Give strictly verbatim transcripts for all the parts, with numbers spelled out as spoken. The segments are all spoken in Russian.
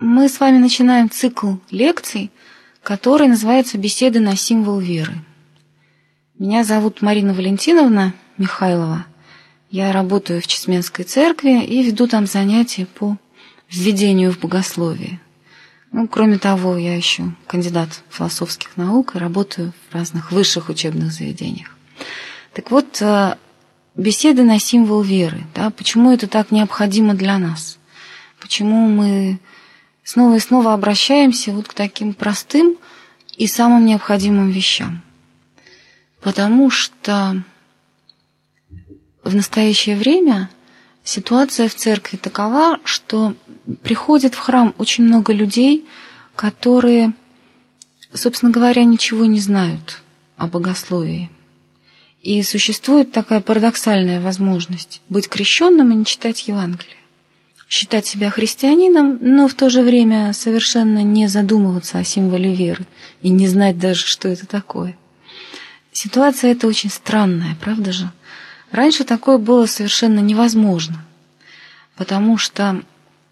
Мы с вами начинаем цикл лекций, который называется «Беседы на символ веры». Меня зовут Марина Валентиновна Михайлова. Я работаю в Чесменской церкви и веду там занятия по введению в богословие. Ну, кроме того, я еще кандидат философских наук и работаю в разных высших учебных заведениях. Так вот, беседы на символ веры. Да, почему это так необходимо для нас? Почему мы снова и снова обращаемся вот к таким простым и самым необходимым вещам? Потому что в настоящее время ситуация в церкви такова, что приходит в храм очень много людей, которые, собственно говоря, ничего не знают о богословии. И существует такая парадоксальная возможность быть крещенным и не читать Евангелие. Считать себя христианином, но в то же время совершенно не задумываться о символе веры и не знать даже, что это такое. Ситуация эта очень странная, правда же? Раньше такое было совершенно невозможно, потому что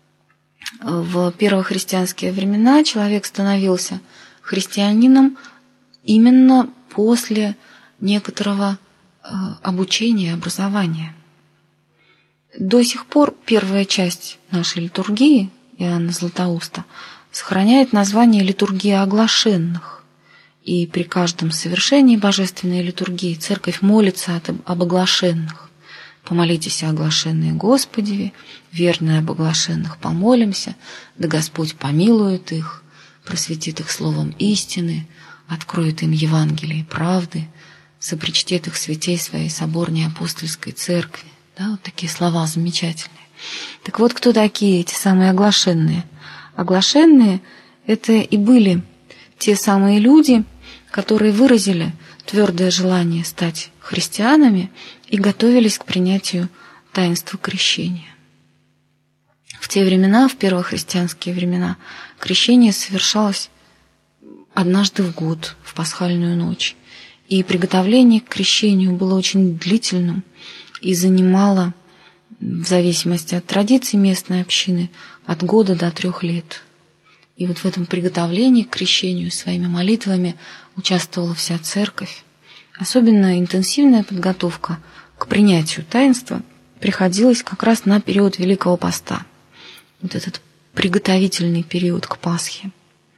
в первохристианские времена человек становился христианином именно после некоторого обучения, образования. До сих пор первая часть нашей литургии, Иоанна Златоуста, сохраняет название «Литургия оглашенных». И при каждом совершении божественной литургии церковь молится об оглашенных. «Помолитесь о оглашенные Господи, верные об оглашенных помолимся, да Господь помилует их, просветит их словом истины, откроет им Евангелие правды, сопричтет их святей своей соборней апостольской церкви». Да, вот такие слова замечательные. Так вот, кто такие эти самые оглашенные? Оглашенные – это и были те самые люди, которые выразили твердое желание стать христианами и готовились к принятию таинства крещения. В те времена, в первохристианские времена, крещение совершалось однажды в год, в пасхальную ночь. И приготовление к крещению было очень длительным и занимало, в зависимости от традиций местной общины, от года до трех лет. И вот в этом приготовлении к крещению своими молитвами участвовала вся церковь. Особенно интенсивная подготовка к принятию таинства приходилась как раз на период Великого Поста. Вот этот приготовительный период к Пасхе.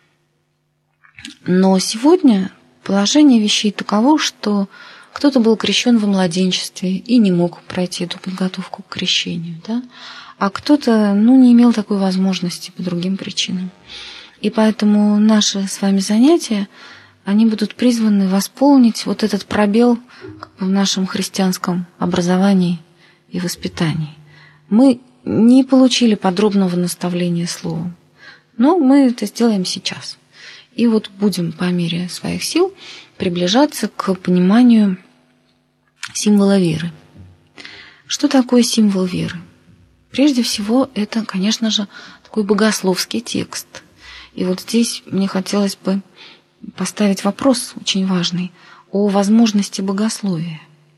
Но сегодня положение вещей таково, что кто-то был крещен во младенчестве и не мог пройти эту подготовку к крещению, да? А кто-то, ну, не имел такой возможности по другим причинам. И поэтому наши с вами занятия, они будут призваны восполнить вот этот пробел как бы в нашем христианском образовании и воспитании. Мы не получили подробного наставления словом, но мы это сделаем сейчас. И вот будем по мере своих сил приближаться к пониманию символа веры. Что такое символ веры? Прежде всего, это, конечно же, такой богословский текст. И вот здесь мне хотелось бы поставить вопрос очень важный о возможности богословия.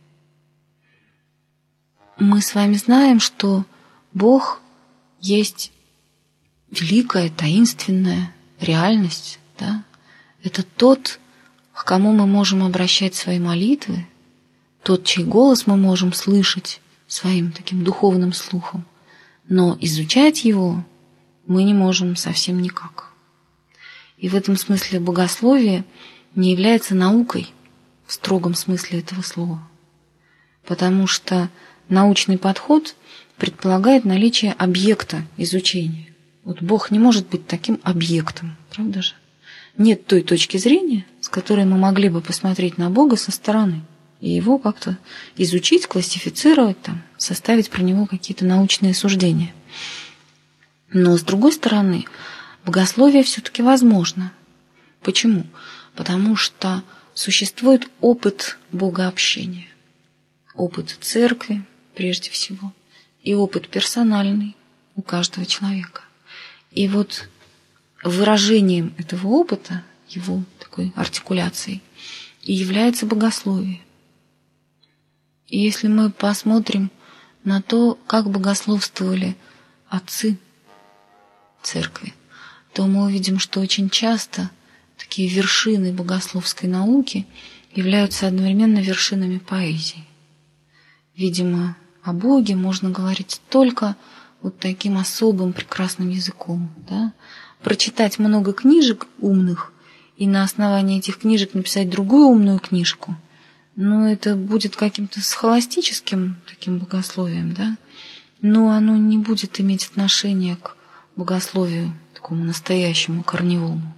Мы с вами знаем, что Бог есть великая, таинственная реальность. Да? Это тот, к кому мы можем обращать свои молитвы, тот, чей голос мы можем слышать своим таким духовным слухом, но изучать его мы не можем совсем никак. И в этом смысле богословие не является наукой в строгом смысле этого слова, потому что научный подход предполагает наличие объекта изучения. Вот Бог не может быть таким объектом, правда же? Нет той точки зрения, с которой мы могли бы посмотреть на Бога со стороны и его как-то изучить, классифицировать, там, составить про него какие-то научные суждения. Но, с другой стороны, богословие все-таки возможно. Почему? Потому что существует опыт богообщения, опыт церкви, прежде всего, и опыт персональный у каждого человека. И вот выражением этого опыта, его такой артикуляцией, и является богословие. И если мы посмотрим на то, как богословствовали отцы церкви, то мы увидим, что очень часто такие вершины богословской науки являются одновременно вершинами поэзии. Видимо, о Боге можно говорить только вот таким особым прекрасным языком, да? Прочитать много книжек умных и на основании этих книжек написать другую умную книжку, ну, это будет каким-то схоластическим таким богословием, да? Но оно не будет иметь отношения к богословию такому настоящему, корневому.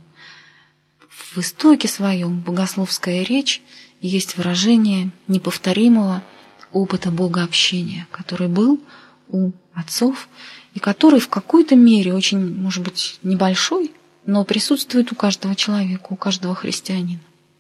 В истоке своем богословская речь есть выражение неповторимого опыта богообщения, который был у отцов и который в какой-то мере, очень, может быть, небольшой, но присутствует у каждого человека, у каждого христианина.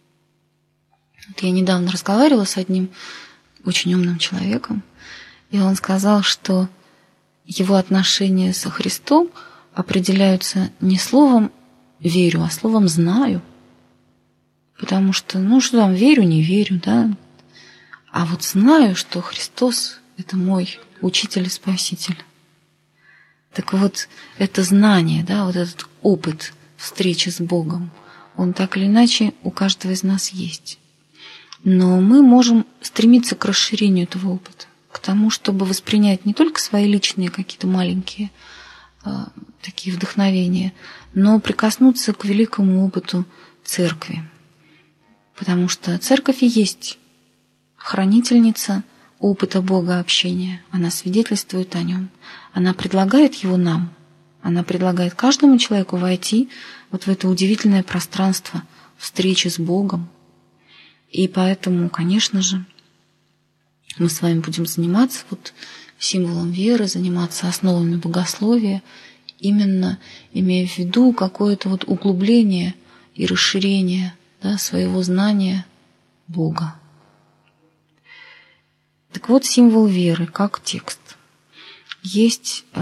Вот я недавно разговаривала с одним очень умным человеком, и он сказал, что его отношения со Христом определяются не словом «верю», а словом «знаю». Потому что, ну что там, верю, не верю, да? А вот знаю, что Христос – это мой учитель и спаситель. Так вот, это знание, да, вот этот опыт встречи с Богом, он так или иначе у каждого из нас есть. Но мы можем стремиться к расширению этого опыта, к тому, чтобы воспринять не только свои личные какие-то маленькие э, такие вдохновения, но прикоснуться к великому опыту Церкви. Потому что Церковь и есть хранительница опыта богообщения. Она свидетельствует о нем. Она предлагает его нам. Она предлагает каждому человеку войти вот в это удивительное пространство встречи с Богом. И поэтому, конечно же, мы с вами будем заниматься вот символом веры, заниматься основами богословия, именно имея в виду какое-то вот углубление и расширение, да, своего знания Бога. Так вот, символ веры как текст. Есть э,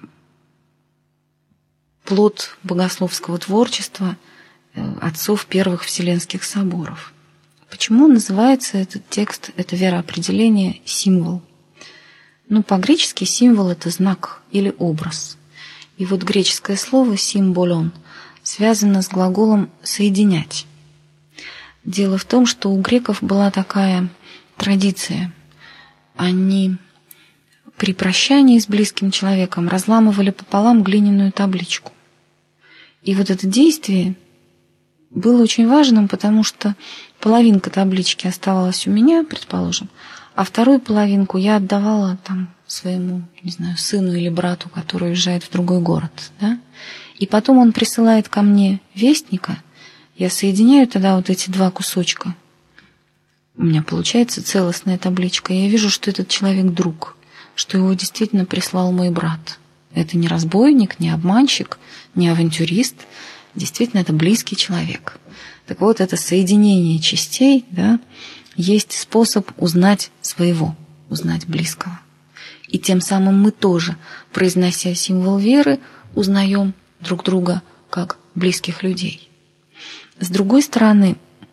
плод богословского творчества э, отцов первых Вселенских соборов. Почему называется этот текст, это вероопределение, символ? Ну, по-гречески символ – это знак или образ. И вот греческое слово «символон» связано с глаголом «соединять». Дело в том, что у греков была такая традиция. Они при прощании с близким человеком разламывали пополам глиняную табличку. И вот это действие было очень важным, потому что половинка таблички оставалась у меня, предположим, а вторую половинку я отдавала там своему, не знаю, сыну или брату, который уезжает в другой город, да? И потом он присылает ко мне вестника, я соединяю тогда вот эти два кусочка. У меня получается целостная табличка, и я вижу, что этот человек друг, что его действительно прислал мой брат. Это не разбойник, не обманщик, не авантюрист, действительно это близкий человек. Так вот, это соединение частей, да, есть способ узнать своего, узнать близкого. И тем самым мы тоже, произнося символ веры, узнаем друг друга как близких людей. С другой стороны,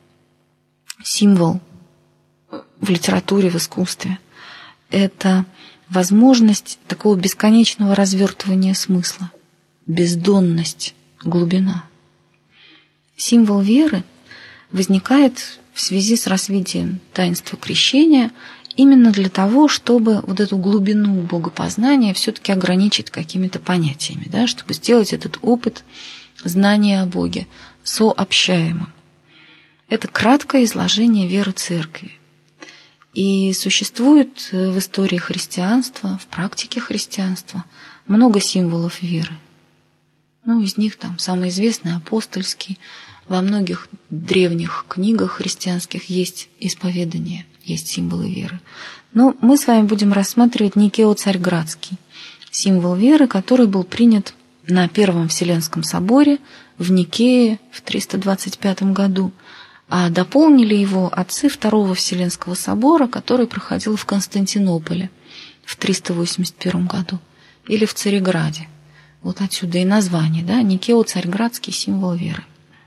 символ в литературе, в искусстве – это возможность такого бесконечного развертывания смысла, бездонность, глубина. Символ веры возникает в связи с развитием таинства крещения именно для того, чтобы вот эту глубину богопознания все-таки ограничить какими-то понятиями, да, чтобы сделать этот опыт знания о Боге сообщаемым. Это краткое изложение веры Церкви. И существует в истории христианства, в практике христианства много символов веры. Ну, из них там самый известный апостольский. Во многих древних книгах христианских есть исповедание, есть символы веры. Но мы с вами будем рассматривать Никео Царьградский, символ веры, который был принят на Первом Вселенском соборе в Никее в триста двадцать пятом году, а дополнили его отцы Второго Вселенского собора, который проходил в Константинополе в триста восемьдесят первом году, или в Царьграде. Вот отсюда и название, да, Никео Царьградский, символ веры.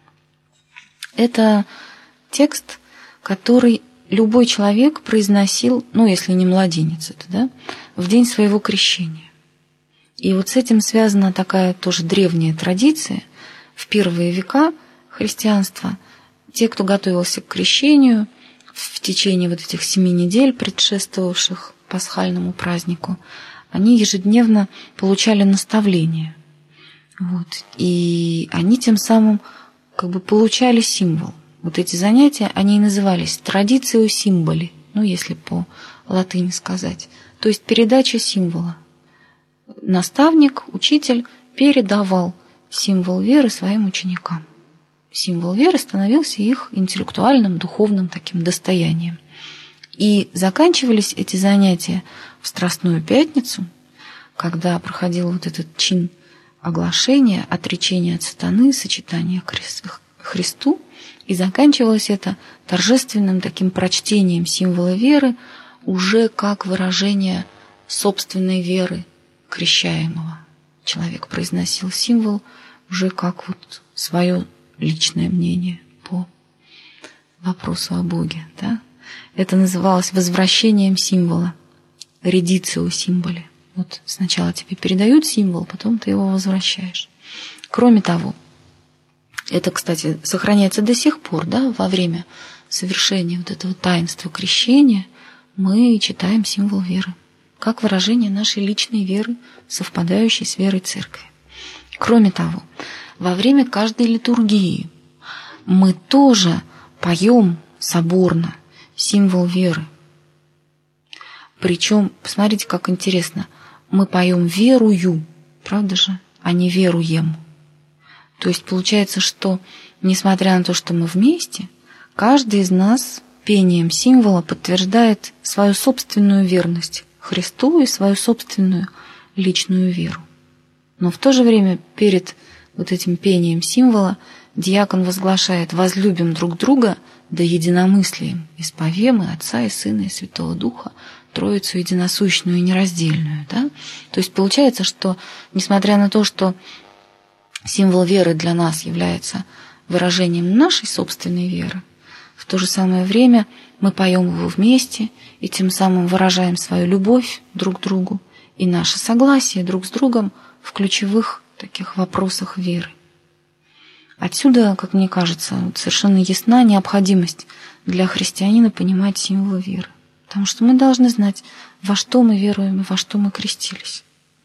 Это текст, который любой человек произносил, ну, если не младенец это, да, в день своего крещения. И вот с этим связана такая тоже древняя традиция. В первые века христианства те, кто готовился к крещению, в течение вот этих семи недель, предшествовавших пасхальному празднику, они ежедневно получали наставления. Вот. И они тем самым как бы получали символ. Вот эти занятия, они и назывались «традицио символи», ну, если по латыни сказать. То есть передача символа. Наставник, учитель передавал символ веры своим ученикам. Символ веры становился их интеллектуальным, духовным таким достоянием. И заканчивались эти занятия в Страстную Пятницу, когда проходил вот этот чин оглашения, отречения от сатаны, сочетания к Христу, и заканчивалось это торжественным таким прочтением символа веры уже как выражение собственной веры крещаемого. Человек произносил символ уже как вот свое личное мнение по вопросу о Боге. Да? Это называлось возвращением символа, редицио символе. Вот сначала тебе передают символ, потом ты его возвращаешь. Кроме того, это, кстати, сохраняется до сих пор, да, во время совершения вот этого таинства крещения мы читаем символ веры, как выражение нашей личной веры, совпадающей с верой Церкви. Кроме того, во время каждой литургии мы тоже поем соборно символ веры. Причем, посмотрите, как интересно, мы поем верую, правда же, а не веруем. То есть получается, что, несмотря на то, что мы вместе, каждый из нас пением символа подтверждает свою собственную верность Христу и свою собственную личную веру. Но в то же время перед вот этим пением символа диакон возглашает: «Возлюбим друг друга да единомыслием, исповем и Отца, и Сына, и Святого Духа, Троицу единосущную и нераздельную». Да? То есть получается, что, несмотря на то, что символ веры для нас является выражением нашей собственной веры, в то же самое время мы поем его вместе и тем самым выражаем свою любовь друг к другу и наше согласие друг с другом в ключевых таких вопросах веры. Отсюда, как мне кажется, совершенно ясна необходимость для христианина понимать символы веры. Потому что мы должны знать, во что мы веруем и во что мы крестились.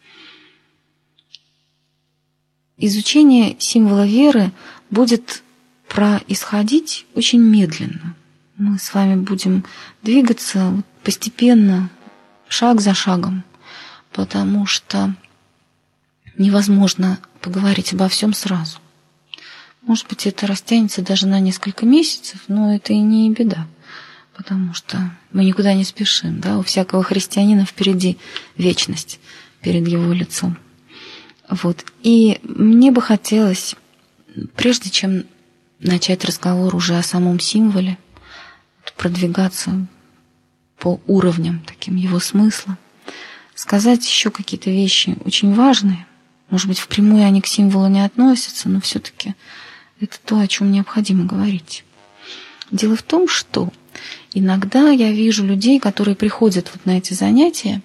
Изучение символа веры будет происходить очень медленно. Мы с вами будем двигаться постепенно, шаг за шагом, потому что невозможно поговорить обо всем сразу. Может быть, это растянется даже на несколько месяцев, но это и не беда, потому что мы никуда не спешим. Да? У всякого христианина впереди вечность перед его лицом. Вот. И мне бы хотелось, прежде чем начать разговор уже о самом символе, продвигаться по уровням таким его смысла, сказать еще какие-то вещи очень важные. Может быть, впрямую они к символу не относятся, но все-таки это то, о чем необходимо говорить. Дело в том, что иногда я вижу людей, которые приходят вот на эти занятия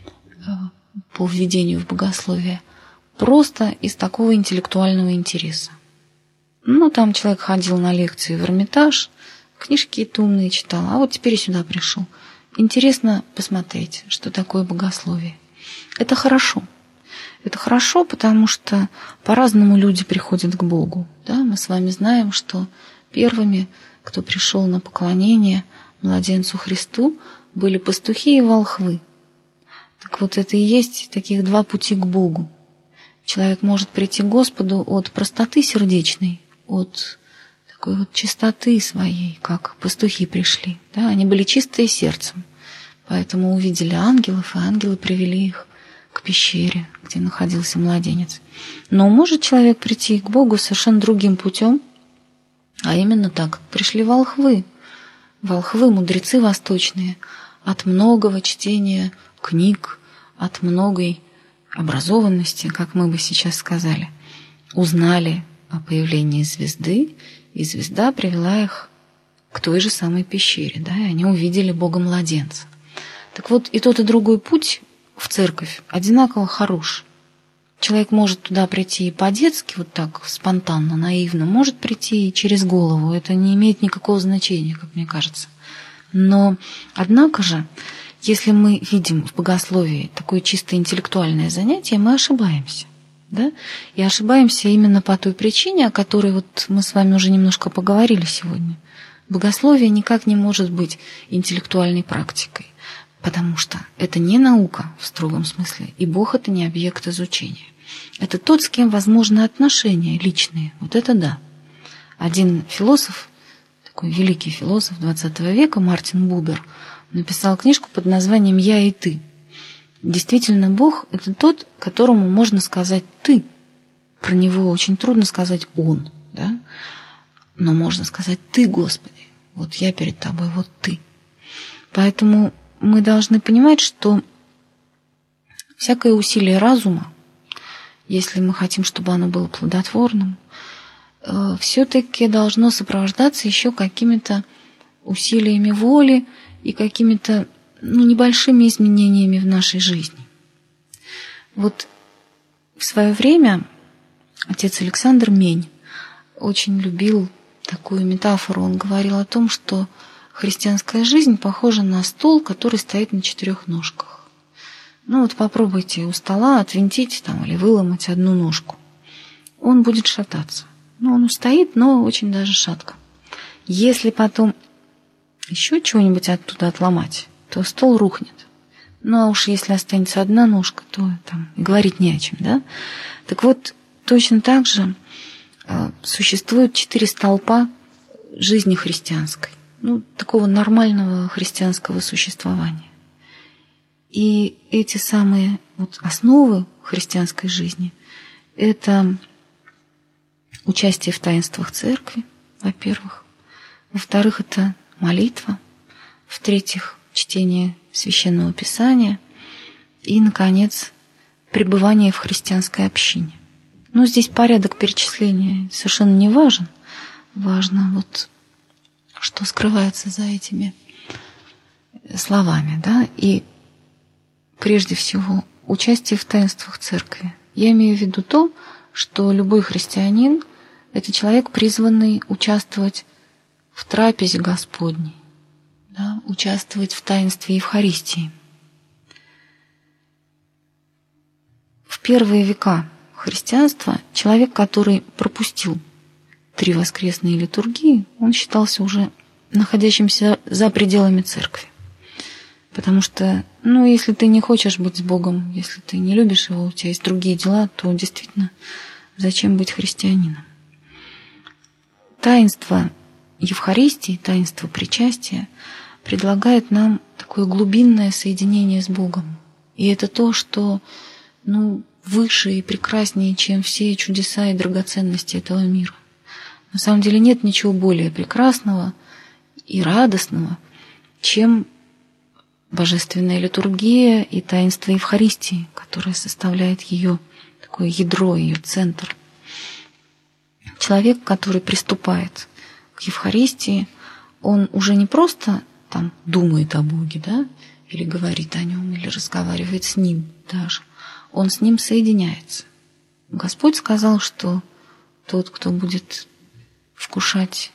по введению в богословие просто из такого интеллектуального интереса. Ну, там человек ходил на лекции в Эрмитаж, книжки какие-то умные читал, а вот теперь сюда пришел. Интересно посмотреть, что такое богословие. Это хорошо. Это хорошо, потому что по-разному люди приходят к Богу. Да? Мы с вами знаем, что первыми, кто пришел на поклонение младенцу Христу, были пастухи и волхвы. Так вот, это и есть таких два пути к Богу. Человек может прийти к Господу от простоты сердечной, от такой вот чистоты своей, как пастухи пришли. Да? Они были чистые сердцем, поэтому увидели ангелов, и ангелы привели их к пещере, где находился младенец. Но может человек прийти к Богу совершенно другим путем, а именно так. Пришли волхвы, волхвы, мудрецы восточные, от многого чтения книг, от многой образованности, как мы бы сейчас сказали, узнали о появлении звезды, и звезда привела их к той же самой пещере, да, и они увидели Бога-младенца. Так вот, и тот, и другой путь в церковь одинаково хорош. человек может туда прийти и по-детски, вот так, спонтанно, наивно, может прийти и через голову. Это не имеет никакого значения, как мне кажется. Но, однако же, если мы видим в богословии такое чисто интеллектуальное занятие, мы ошибаемся. Да? И ошибаемся именно по той причине, о которой вот мы с вами уже немножко поговорили сегодня. Богословие никак не может быть интеллектуальной практикой, потому что это не наука в строгом смысле, и Бог — это не объект изучения. Это тот, с кем возможны отношения личные. Вот это да. Один философ, такой великий философ двадцатого века, Мартин Бубер, написал книжку под названием «Я и ты». Действительно, Бог — это тот, которому можно сказать «ты». Про него очень трудно сказать «он», да? Но можно сказать «ты, Господи». Вот я перед тобой, вот ты. Поэтому мы должны понимать, что всякое усилие разума, если мы хотим, чтобы оно было плодотворным, все-таки должно сопровождаться еще какими-то усилиями воли и какими-то ну, небольшими изменениями в нашей жизни. Вот в свое время отец Александр Мень очень любил такую метафору. Он говорил о том, что христианская жизнь похожа на стол, который стоит на четырех ножках. Ну вот попробуйте у стола отвинтить там, или выломать одну ножку. Он будет шататься. Ну, он устоит, но очень даже шатко. Если потом еще чего-нибудь оттуда отломать, то стол рухнет. Ну, а уж если останется одна ножка, то там и говорить не о чем, да? Так вот, точно так же э, существует четыре столпа жизни христианской. Ну, такого нормального христианского существования. И эти самые вот основы христианской жизни – это участие в таинствах церкви, во-первых. Во-вторых, это молитва. В-третьих, чтение Священного Писания. И, наконец, пребывание в христианской общине. Но здесь порядок перечисления совершенно не важен. Важно вот, что скрывается за этими словами, да, и прежде всего участие в таинствах церкви. Я имею в виду то, что любой христианин – это человек, призванный участвовать в трапезе Господней, да, участвовать в таинстве Евхаристии. В первые века христианства человек, который пропустил три воскресные литургии, он считался уже находящимся за пределами церкви. Потому что, ну, если ты не хочешь быть с Богом, если ты не любишь Его, у тебя есть другие дела, то действительно, зачем быть христианином? Таинство Евхаристии, таинство причастия предлагает нам такое глубинное соединение с Богом. И это то, что, ну, выше и прекраснее, чем все чудеса и драгоценности этого мира. На самом деле нет ничего более прекрасного и радостного, чем божественная литургия и таинство Евхаристии, которое составляет ее такое ядро, ее центр. Человек, который приступает к Евхаристии, он уже не просто там думает о Боге, да, или говорит о Нем, или разговаривает с Ним даже. Он с Ним соединяется. Господь сказал, что тот, кто будет вкушать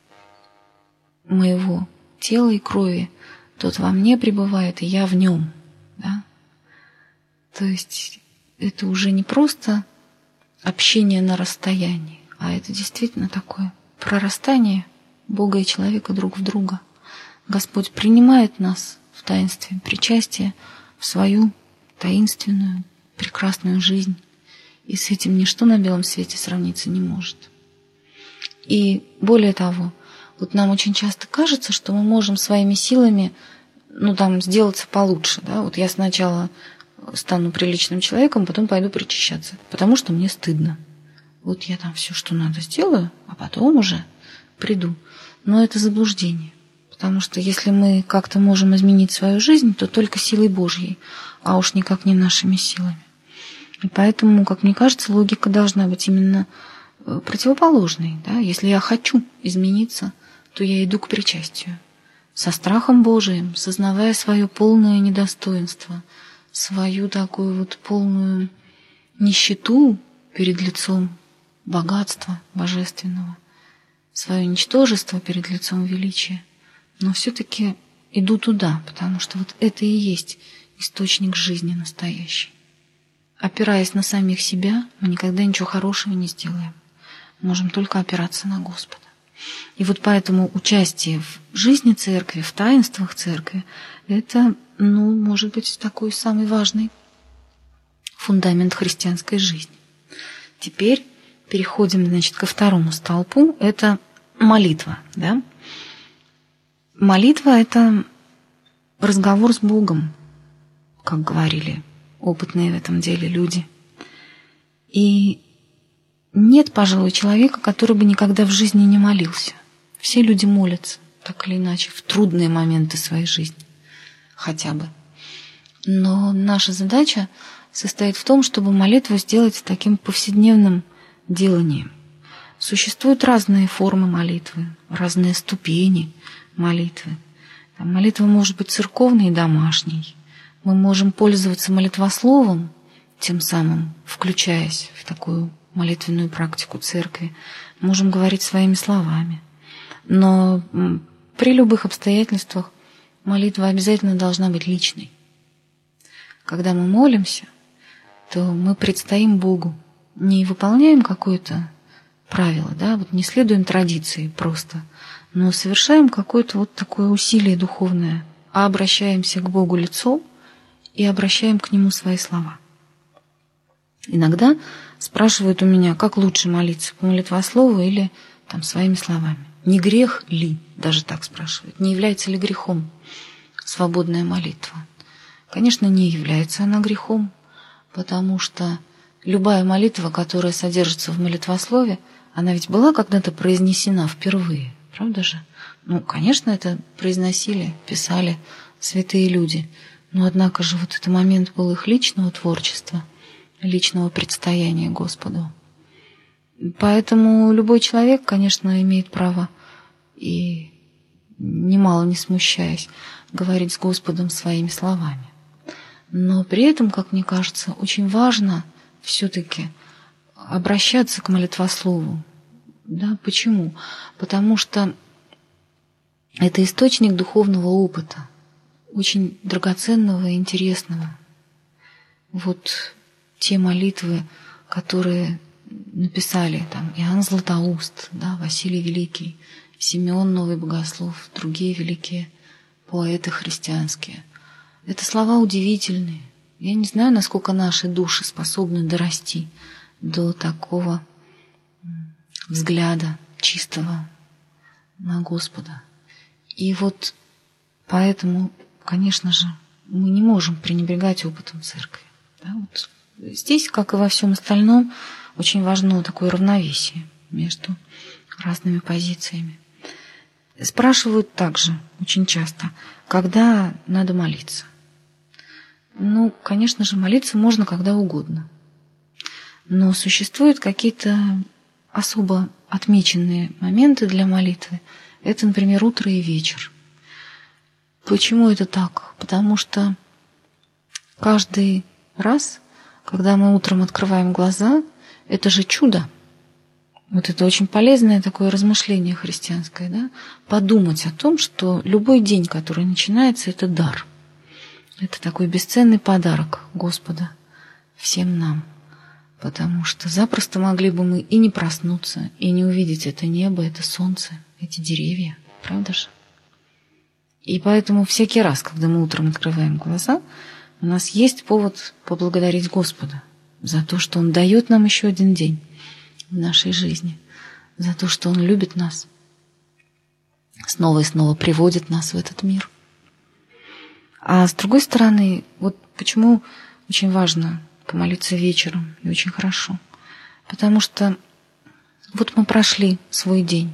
моего тела и крови, тот во мне пребывает, и я в нем. Да? То есть это уже не просто общение на расстоянии, а это действительно такое прорастание Бога и человека друг в друга. Господь принимает нас в таинстве причастия в свою таинственную, прекрасную жизнь. И с этим ничто на белом свете сравниться не может. И более того, вот нам очень часто кажется, что мы можем своими силами, ну, там, сделаться получше. Да? Вот я сначала стану приличным человеком, потом пойду причащаться, потому что мне стыдно. Вот я там все, что надо, сделаю, а потом уже приду. Но это заблуждение. Потому что если мы как-то можем изменить свою жизнь, то только силой Божьей, а уж никак не нашими силами. И поэтому, как мне кажется, логика должна быть именно противоположной. Да? Если я хочу измениться, то я иду к причастию. Со страхом Божиим, сознавая свое полное недостоинство, свою такую вот полную нищету перед лицом богатства божественного, свое ничтожество перед лицом величия, но все-таки иду туда, потому что вот это и есть источник жизни настоящий. Опираясь на самих себя, мы никогда ничего хорошего не сделаем. Можем только опираться на Господа. И вот поэтому участие в жизни церкви, в таинствах церкви, это, ну, может быть, такой самый важный фундамент христианской жизни. Теперь переходим, значит, ко второму столпу. Это молитва, да? Молитва – это разговор с Богом, как говорили опытные в этом деле люди. И нет, пожалуй, человека, который бы никогда в жизни не молился. Все люди молятся, так или иначе, в трудные моменты своей жизни, хотя бы. Но наша задача состоит в том, чтобы молитву сделать таким повседневным деланием. Существуют разные формы молитвы, разные ступени молитвы. Там молитва может быть церковной и домашней. Мы можем пользоваться молитвословом, тем самым включаясь в такую молитвенную практику церкви. Можем говорить своими словами. Но при любых обстоятельствах молитва обязательно должна быть личной. Когда мы молимся, то мы предстоим Богу, не выполняем какое-то правило, да, вот не следуем традиции просто, но совершаем какое-то вот такое усилие духовное, а обращаемся к Богу лицом и обращаем к Нему свои слова. Иногда спрашивают у меня, как лучше молиться, по молитвослову или там своими словами. Не грех ли, даже так спрашивают, не является ли грехом свободная молитва? Конечно, не является она грехом, потому что любая молитва, которая содержится в молитвослове, она ведь была когда-то произнесена впервые, правда же? Ну, конечно, это произносили, писали святые люди, но однако же вот этот момент был их личного творчества, личного предстояния Господу. Поэтому любой человек, конечно, имеет право, и немало не смущаясь, говорить с Господом своими словами. Но при этом, как мне кажется, очень важно все-таки обращаться к молитвослову. Да, почему? Потому что это источник духовного опыта, очень драгоценного и интересного. Вот те молитвы, которые написали там Иоанн Златоуст, да, Василий Великий, Симеон Новый Богослов, другие великие поэты христианские. Это слова удивительные. Я не знаю, насколько наши души способны дорасти до такого взгляда чистого на Господа. И вот поэтому, конечно же, мы не можем пренебрегать опытом церкви. Да, вот здесь, как и во всем остальном, очень важно такое равновесие между разными позициями. Спрашивают также очень часто, когда надо молиться. Ну, конечно же, молиться можно когда угодно. Но существуют какие-то особо отмеченные моменты для молитвы. Это, например, утро и вечер. Почему это так? Потому что каждый раз, когда мы утром открываем глаза, это же чудо. Вот это очень полезное такое размышление христианское, да? Подумать о том, что любой день, который начинается, это дар. Это такой бесценный подарок Господа всем нам. Потому что запросто могли бы мы и не проснуться, и не увидеть это небо, это солнце, эти деревья. Правда же? И поэтому всякий раз, когда мы утром открываем глаза, у нас есть повод поблагодарить Господа за то, что Он дает нам еще один день в нашей жизни, за то, что Он любит нас, снова и снова приводит нас в этот мир. А с другой стороны, вот почему очень важно помолиться вечером, и очень хорошо. Потому что вот мы прошли свой день,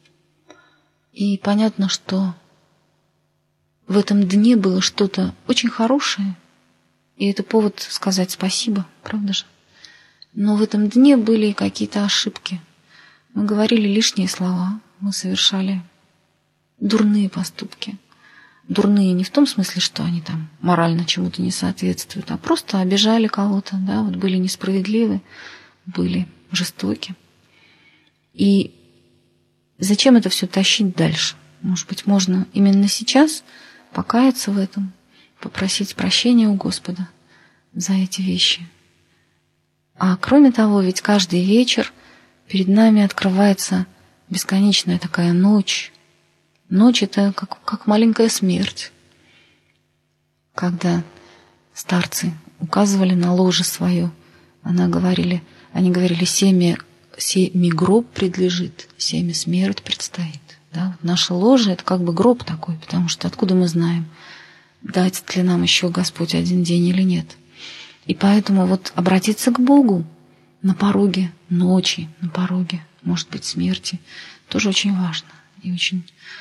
и понятно, что в этом дне было что-то очень хорошее, и это повод сказать спасибо, правда же? Но в этом дне были и какие-то ошибки. Мы говорили лишние слова, мы совершали дурные поступки. дурные не в том смысле, что они там морально чему-то не соответствуют, а просто обижали кого-то, да, вот были несправедливы, были жестоки. И зачем это все тащить дальше? Может быть, можно именно сейчас покаяться в этом, попросить прощения у Господа за эти вещи. А кроме того, ведь каждый вечер перед нами открывается бесконечная такая ночь. Ночь — это как, как маленькая смерть. Когда старцы указывали на ложе свое, она говорили, они говорили, семя, семя гроб предлежит, семя смерть предстоит. Да? Вот наше ложе — это как бы гроб такой, потому что откуда мы знаем, даст ли нам еще Господь один день или нет. И поэтому вот обратиться к Богу на пороге ночи, на пороге, может быть, смерти, тоже очень важно и очень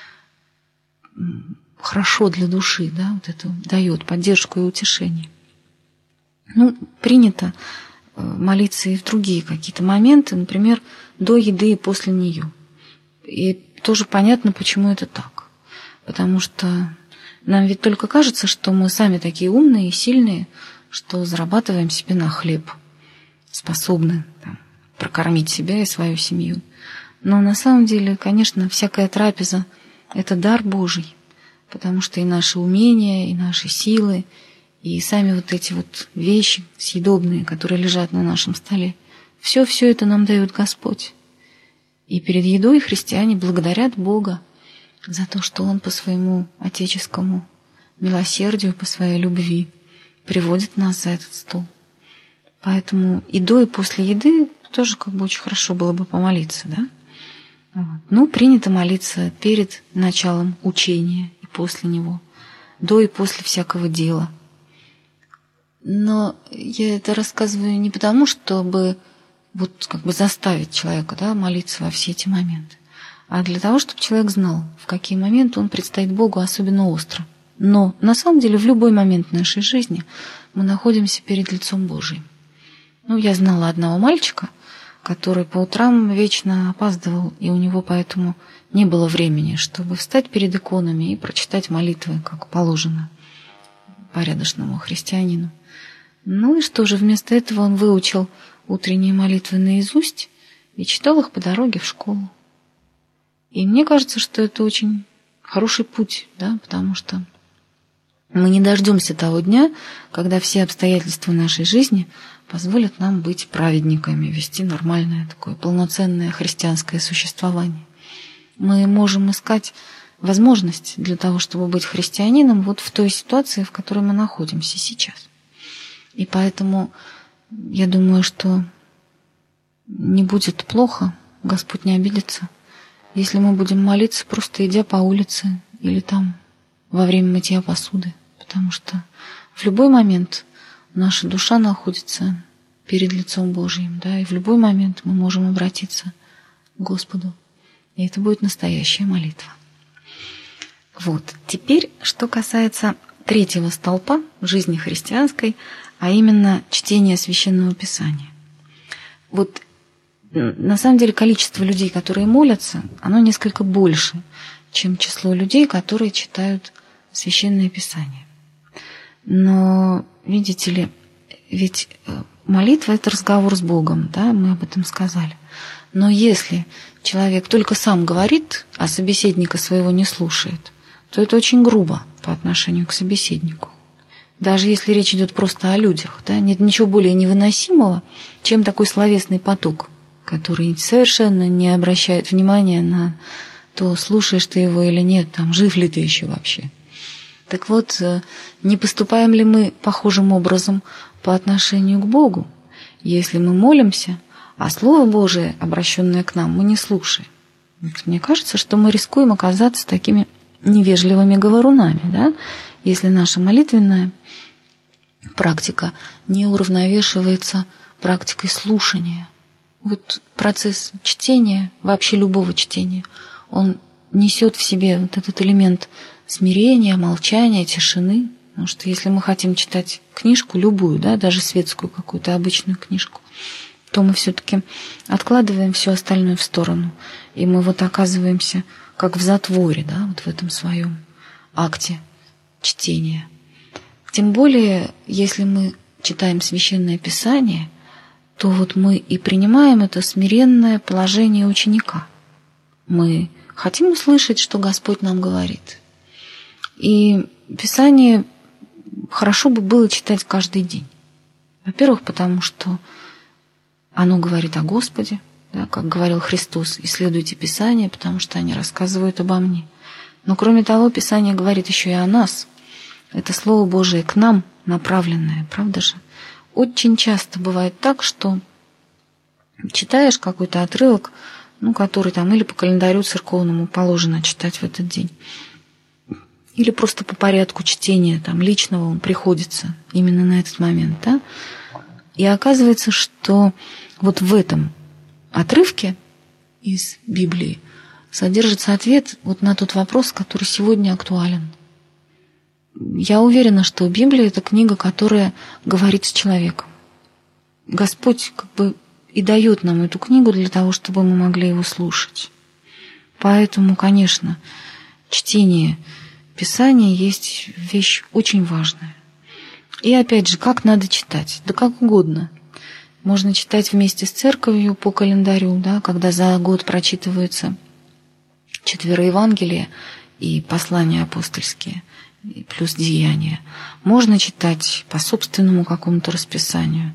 хорошо для души, да, вот это дает поддержку и утешение. Ну, принято молиться и в другие какие-то моменты, например, до еды и после нее. И тоже понятно, почему это так. Потому что нам ведь только кажется, что мы сами такие умные и сильные, что зарабатываем себе на хлеб, способны там прокормить себя и свою семью. Но на самом деле, конечно, всякая трапеза – это дар Божий, потому что и наши умения, и наши силы, и сами вот эти вот вещи съедобные, которые лежат на нашем столе, все-все это нам дает Господь. И перед едой христиане благодарят Бога за то, что Он по своему отеческому милосердию, по своей любви приводит нас за этот стол. Поэтому и до, и после еды тоже как бы очень хорошо было бы помолиться, да? Вот. Ну, принято молиться перед началом учения и после него, до и после всякого дела. Но я это рассказываю не потому, чтобы вот как бы заставить человека, да, молиться во все эти моменты, а для того, чтобы человек знал, в какие моменты он предстоит Богу особенно остро. Но на самом деле в любой момент нашей жизни мы находимся перед лицом Божиим. Ну, я знала одного мальчика, который по утрам вечно опаздывал, и у него поэтому не было времени, чтобы встать перед иконами и прочитать молитвы, как положено порядочному христианину. Ну и что же, вместо этого он выучил утренние молитвы наизусть и читал их по дороге в школу. И мне кажется, что это очень хороший путь, да, потому что мы не дождемся того дня, когда все обстоятельства нашей жизни позволят нам быть праведниками, вести нормальное такое полноценное христианское существование. Мы можем искать возможность для того, чтобы быть христианином вот в той ситуации, в которой мы находимся сейчас. И поэтому я думаю, что не будет плохо, Господь не обидится, если мы будем молиться, просто идя по улице или там во время мытья посуды, потому что в любой момент наша душа находится перед лицом Божьим, да, и в любой момент мы можем обратиться к Господу, и это будет настоящая молитва. Вот. Теперь, что касается третьего столпа жизни христианской, а именно чтения Священного Писания. Вот на самом деле количество людей, которые молятся, оно несколько больше, чем число людей, которые читают Священное Писание. Но, видите ли, ведь молитва – это разговор с Богом, да, мы об этом сказали. Но если человек только сам говорит, а собеседника своего не слушает, то это очень грубо по отношению к собеседнику. Даже если речь идет просто о людях, да, нет ничего более невыносимого, чем такой словесный поток, который совершенно не обращает внимания на то, слушаешь ты его или нет, там, жив ли ты еще вообще. Так вот, не поступаем ли мы похожим образом по отношению к Богу, если мы молимся, а Слово Божие, обращенное к нам, мы не слушаем? Мне кажется, что мы рискуем оказаться такими невежливыми говорунами, да, если наша молитвенная практика не уравновешивается практикой слушания. Вот процесс чтения, вообще любого чтения, он несет в себе вот этот элемент смирения, молчания, тишины. Потому что если мы хотим читать книжку, любую, да, даже светскую какую-то обычную книжку, то мы все-таки откладываем все остальное в сторону. И мы вот оказываемся как в затворе, да, вот в этом своем акте чтения. Тем более, если мы читаем Священное Писание, то вот мы и принимаем это смиренное положение ученика. Мы хотим услышать, что Господь нам говорит. И Писание хорошо бы было читать каждый день. Во-первых, потому что оно говорит о Господе, да, как говорил Христос, исследуйте Писание, потому что они рассказывают обо мне. Но кроме того, Писание говорит еще и о нас. Это Слово Божие к нам направленное, правда же? Очень часто бывает так, что читаешь какой-то отрывок, ну, который там или по календарю церковному положено читать в этот день, или просто по порядку чтения там, личного он приходится именно на этот момент. Да? И оказывается, что вот в этом отрывке из Библии содержится ответ вот на тот вопрос, который сегодня актуален. Я уверена, что Библия – это книга, которая говорит с человеком. Господь как бы и дает нам эту книгу для того, чтобы мы могли его слушать. Поэтому, конечно, чтение Писания есть вещь очень важная. И опять же, как надо читать? Да как угодно. Можно читать вместе с церковью по календарю, да, когда за год прочитываются четверо Евангелия и послания апостольские, плюс деяния. Можно читать по собственному какому-то расписанию.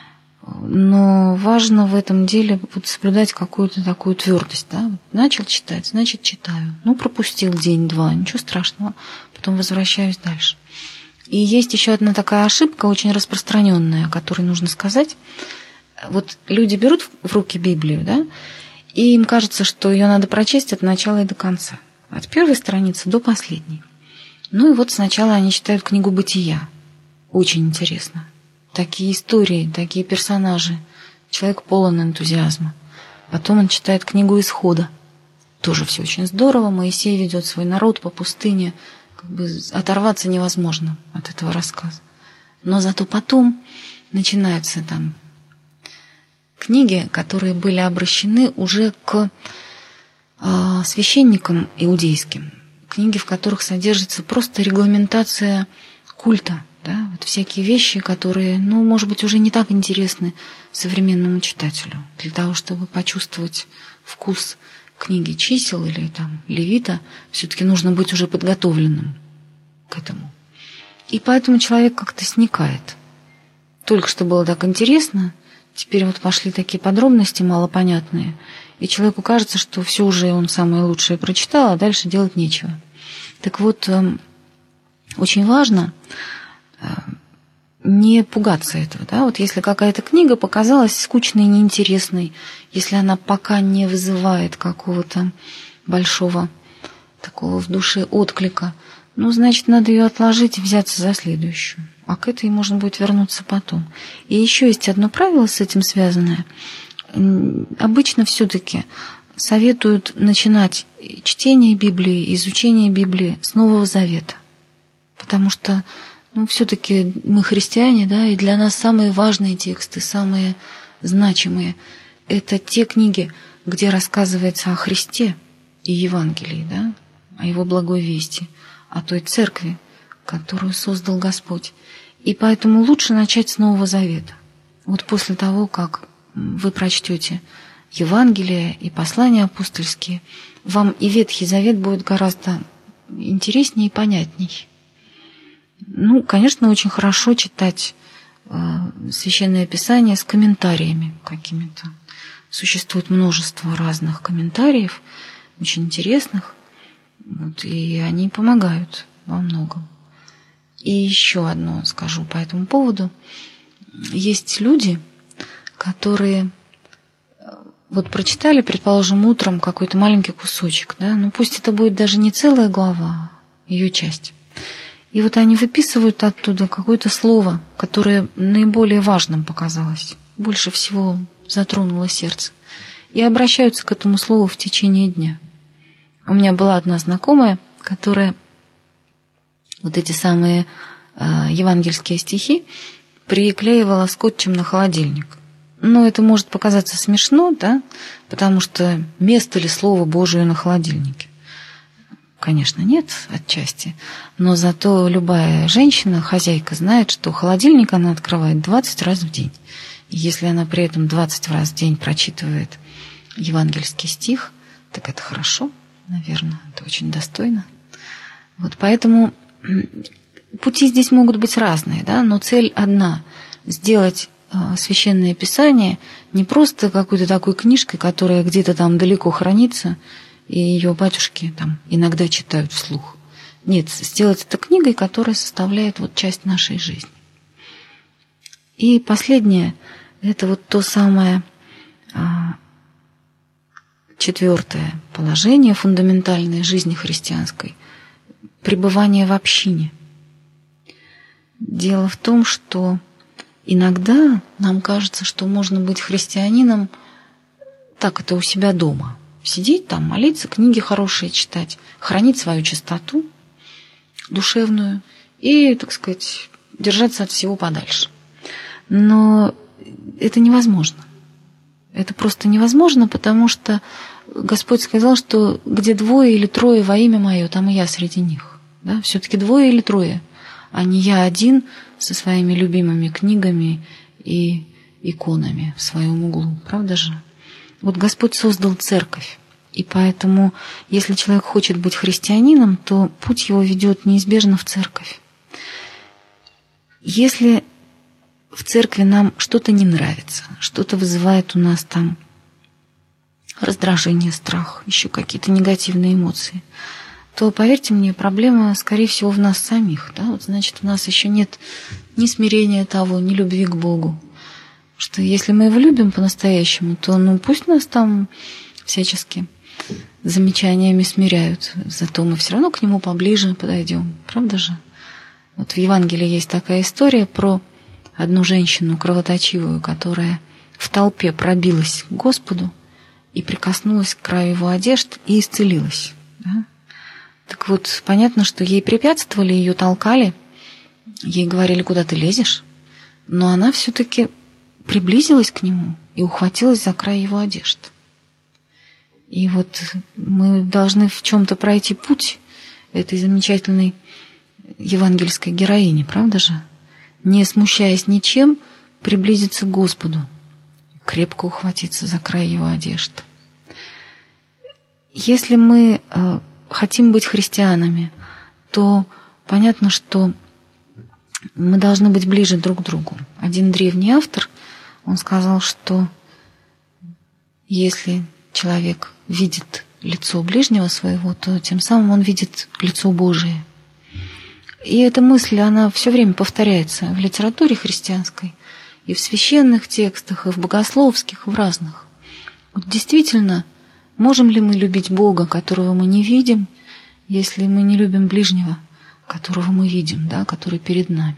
Но важно в этом деле вот соблюдать какую-то такую твердость. Да? Начал читать, значит, читаю. Ну, пропустил день-два, ничего страшного. Потом возвращаюсь дальше. И есть еще одна такая ошибка, очень распространенная, о которой нужно сказать. Вот люди берут в руки Библию, да, и им кажется, что ее надо прочесть от начала и до конца. От первой страницы до последней. Ну и вот сначала они читают книгу «Бытия». Очень интересно. Такие истории, такие персонажи. Человек полон энтузиазма. Потом он читает книгу «Исхода». Тоже все очень здорово. Моисей ведет свой народ по пустыне. Как бы оторваться невозможно от этого рассказа. Но зато потом начинаются там книги, которые были обращены уже к э, священникам иудейским. Книги, в которых содержится просто регламентация культа. Да? Вот всякие вещи, которые, ну, может быть, уже не так интересны современному читателю. Для того, чтобы почувствовать вкус книги чисел или там Левита, все-таки нужно быть уже подготовленным к этому. И поэтому человек как-то сникает. Только что было так интересно, теперь вот пошли такие подробности малопонятные, и человеку кажется, что все уже он самое лучшее прочитал, а дальше делать нечего. Так вот, очень важно не пугаться этого. Да? Вот если какая-то книга показалась скучной и неинтересной, если она пока не вызывает какого-то большого такого в душе отклика, ну, значит, надо ее отложить и взяться за следующую. А к этой можно будет вернуться потом. И еще есть одно правило с этим связанное. Обычно все-таки советуют начинать чтение Библии, изучение Библии с Нового Завета. Потому что ну, все-таки мы христиане, да, и для нас самые важные тексты, самые значимые – это те книги, где рассказывается о Христе и Евангелии, да, о Его благой вести, о той церкви, которую создал Господь. И поэтому лучше начать с Нового Завета. Вот после того, как вы прочтете Евангелие и послания апостольские, вам и Ветхий Завет будет гораздо интереснее и понятней. Ну, конечно, очень хорошо читать э, Священное Писание с комментариями какими-то. Существует множество разных комментариев, очень интересных, вот, и они помогают во многом. И еще одно скажу по этому поводу. Есть люди, которые вот прочитали, предположим, утром какой-то маленький кусочек, да, ну пусть это будет даже не целая глава, ее часть. И вот они выписывают оттуда какое-то слово, которое наиболее важным показалось, больше всего затронуло сердце, и обращаются к этому слову в течение дня. У меня была одна знакомая, которая вот эти самые э, евангельские стихи приклеивала скотчем на холодильник. Но это может показаться смешно, да, потому что место ли Слово Божие на холодильнике? конечно, нет отчасти, но зато любая женщина, хозяйка, знает, что холодильник она открывает двадцать раз в день. И если она при этом двадцать раз в день прочитывает евангельский стих, так это хорошо, наверное, это очень достойно. Вот поэтому пути здесь могут быть разные, да, но цель одна – сделать Священное Писание не просто какой-то такой книжкой, которая где-то там далеко хранится, и ее батюшки там иногда читают вслух. Нет, сделать это книгой, которая составляет вот часть нашей жизни. И последнее – это вот то самое а, четвертое положение фундаментальной жизни христианской – пребывание в общине. Дело в том, что иногда нам кажется, что можно быть христианином так, это у себя дома. Сидеть там, молиться, книги хорошие читать, хранить свою чистоту душевную и, так сказать, держаться от всего подальше. Но это невозможно. Это просто невозможно, потому что Господь сказал, что где двое или трое во имя Мое, там и я среди них. Да? Все-таки двое или трое, а не я один со своими любимыми книгами и иконами в своем углу. Правда же? Вот Господь создал церковь, и поэтому, если человек хочет быть христианином, то путь его ведет неизбежно в церковь. Если в церкви нам что-то не нравится, что-то вызывает у нас там раздражение, страх, еще какие-то негативные эмоции, то, поверьте мне, проблема, скорее всего, в нас самих. Да? Вот, значит, у нас еще нет ни смирения того, ни любви к Богу. Что если мы его любим по-настоящему, то ну пусть нас там всячески замечаниями смиряют, зато мы все равно к нему поближе подойдем. Правда же? Вот в Евангелии есть такая история про одну женщину кровоточивую, которая в толпе пробилась к Господу и прикоснулась к краю его одежд и исцелилась. Да? Так вот, понятно, что ей препятствовали, ее толкали, ей говорили, куда ты лезешь, но она все-таки приблизилась к нему и ухватилась за край его одежд. И вот мы должны в чем-то пройти путь этой замечательной евангельской героини, правда же? Не смущаясь ничем, приблизиться к Господу, крепко ухватиться за край его одежд. Если мы э, хотим быть христианами, то понятно, что мы должны быть ближе друг к другу. Один древний автор, он сказал, что если человек видит лицо ближнего своего, то тем самым он видит лицо Божие. И эта мысль, она все время повторяется в литературе христианской, и в священных текстах, и в богословских, и в разных. Вот действительно, можем ли мы любить Бога, которого мы не видим, если мы не любим ближнего, которого мы видим, да, который перед нами?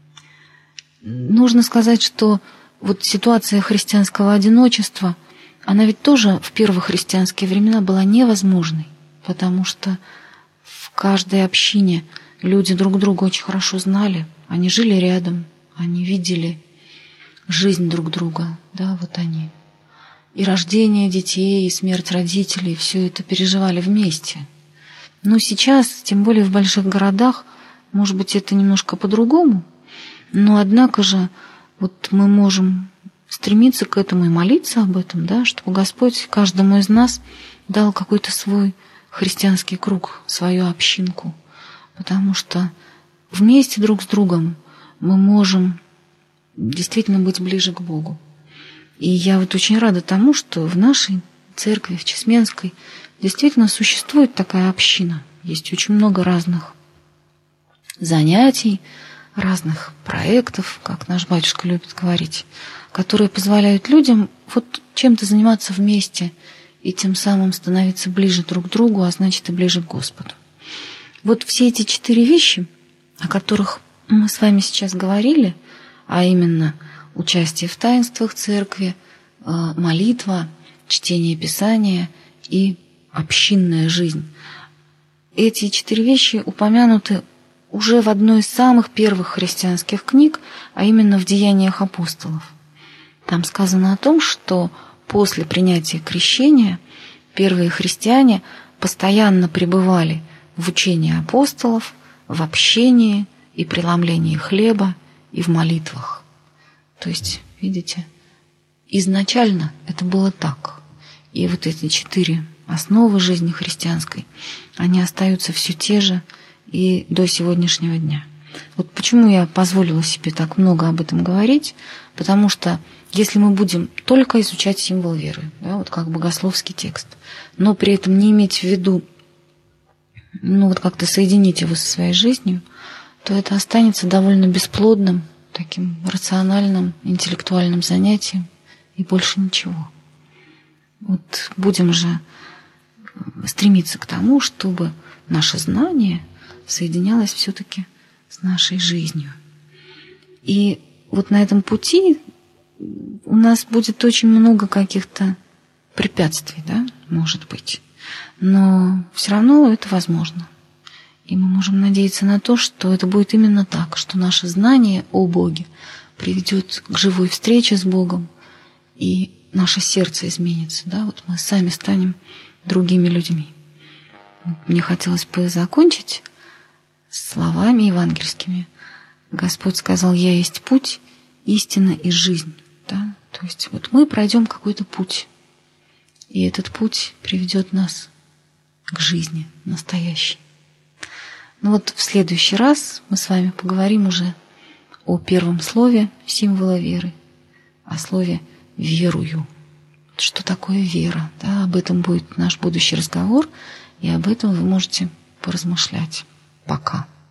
Нужно сказать, что вот ситуация христианского одиночества, она ведь тоже в первые христианские времена была невозможной, потому что в каждой общине люди друг друга очень хорошо знали, они жили рядом, они видели жизнь друг друга, да, вот они. И рождение детей, и смерть родителей, все это переживали вместе. Но сейчас, тем более в больших городах, может быть, это немножко по-другому, но однако же вот мы можем стремиться к этому и молиться об этом, да, чтобы Господь каждому из нас дал какой-то свой христианский круг, свою общинку, потому что вместе друг с другом мы можем действительно быть ближе к Богу. И я вот очень рада тому, что в нашей церкви, в Чесменской, действительно существует такая община. Есть очень много разных занятий, разных проектов, как наш батюшка любит говорить, которые позволяют людям вот чем-то заниматься вместе и тем самым становиться ближе друг к другу, а значит и ближе к Господу. Вот все эти четыре вещи, о которых мы с вами сейчас говорили, а именно участие в таинствах церкви, молитва, чтение Писания и общинная жизнь. Эти четыре вещи упомянуты уже в одной из самых первых христианских книг, а именно в «Деяниях апостолов». Там сказано о том, что после принятия крещения первые христиане постоянно пребывали в учении апостолов, в общении и преломлении хлеба и в молитвах. То есть, видите, изначально это было так. И вот эти четыре основы жизни христианской, они остаются все те же и до сегодняшнего дня. Вот почему я позволила себе так много об этом говорить, потому что если мы будем только изучать символ веры, да, вот как богословский текст, но при этом не иметь в виду, ну вот как-то соединить его со своей жизнью, то это останется довольно бесплодным, таким рациональным, интеллектуальным занятием и больше ничего. Вот будем же стремиться к тому, чтобы наше знание соединялось все-таки с нашей жизнью. И вот на этом пути у нас будет очень много каких-то препятствий, да, может быть. Но все равно это возможно. И мы можем надеяться на то, что это будет именно так, что наше знание о Боге приведет к живой встрече с Богом, и наше сердце изменится, да, вот мы сами станем другими людьми. Мне хотелось бы закончить словами евангельскими. Господь сказал: «Я есть путь, истина и жизнь». Да? То есть вот мы пройдем какой-то путь, и этот путь приведет нас к жизни настоящей. Ну вот в следующий раз мы с вами поговорим уже о первом слове символа веры, о слове «верую». Что такое вера? Да? Об этом будет наш будущий разговор, и об этом вы можете поразмышлять. Пока.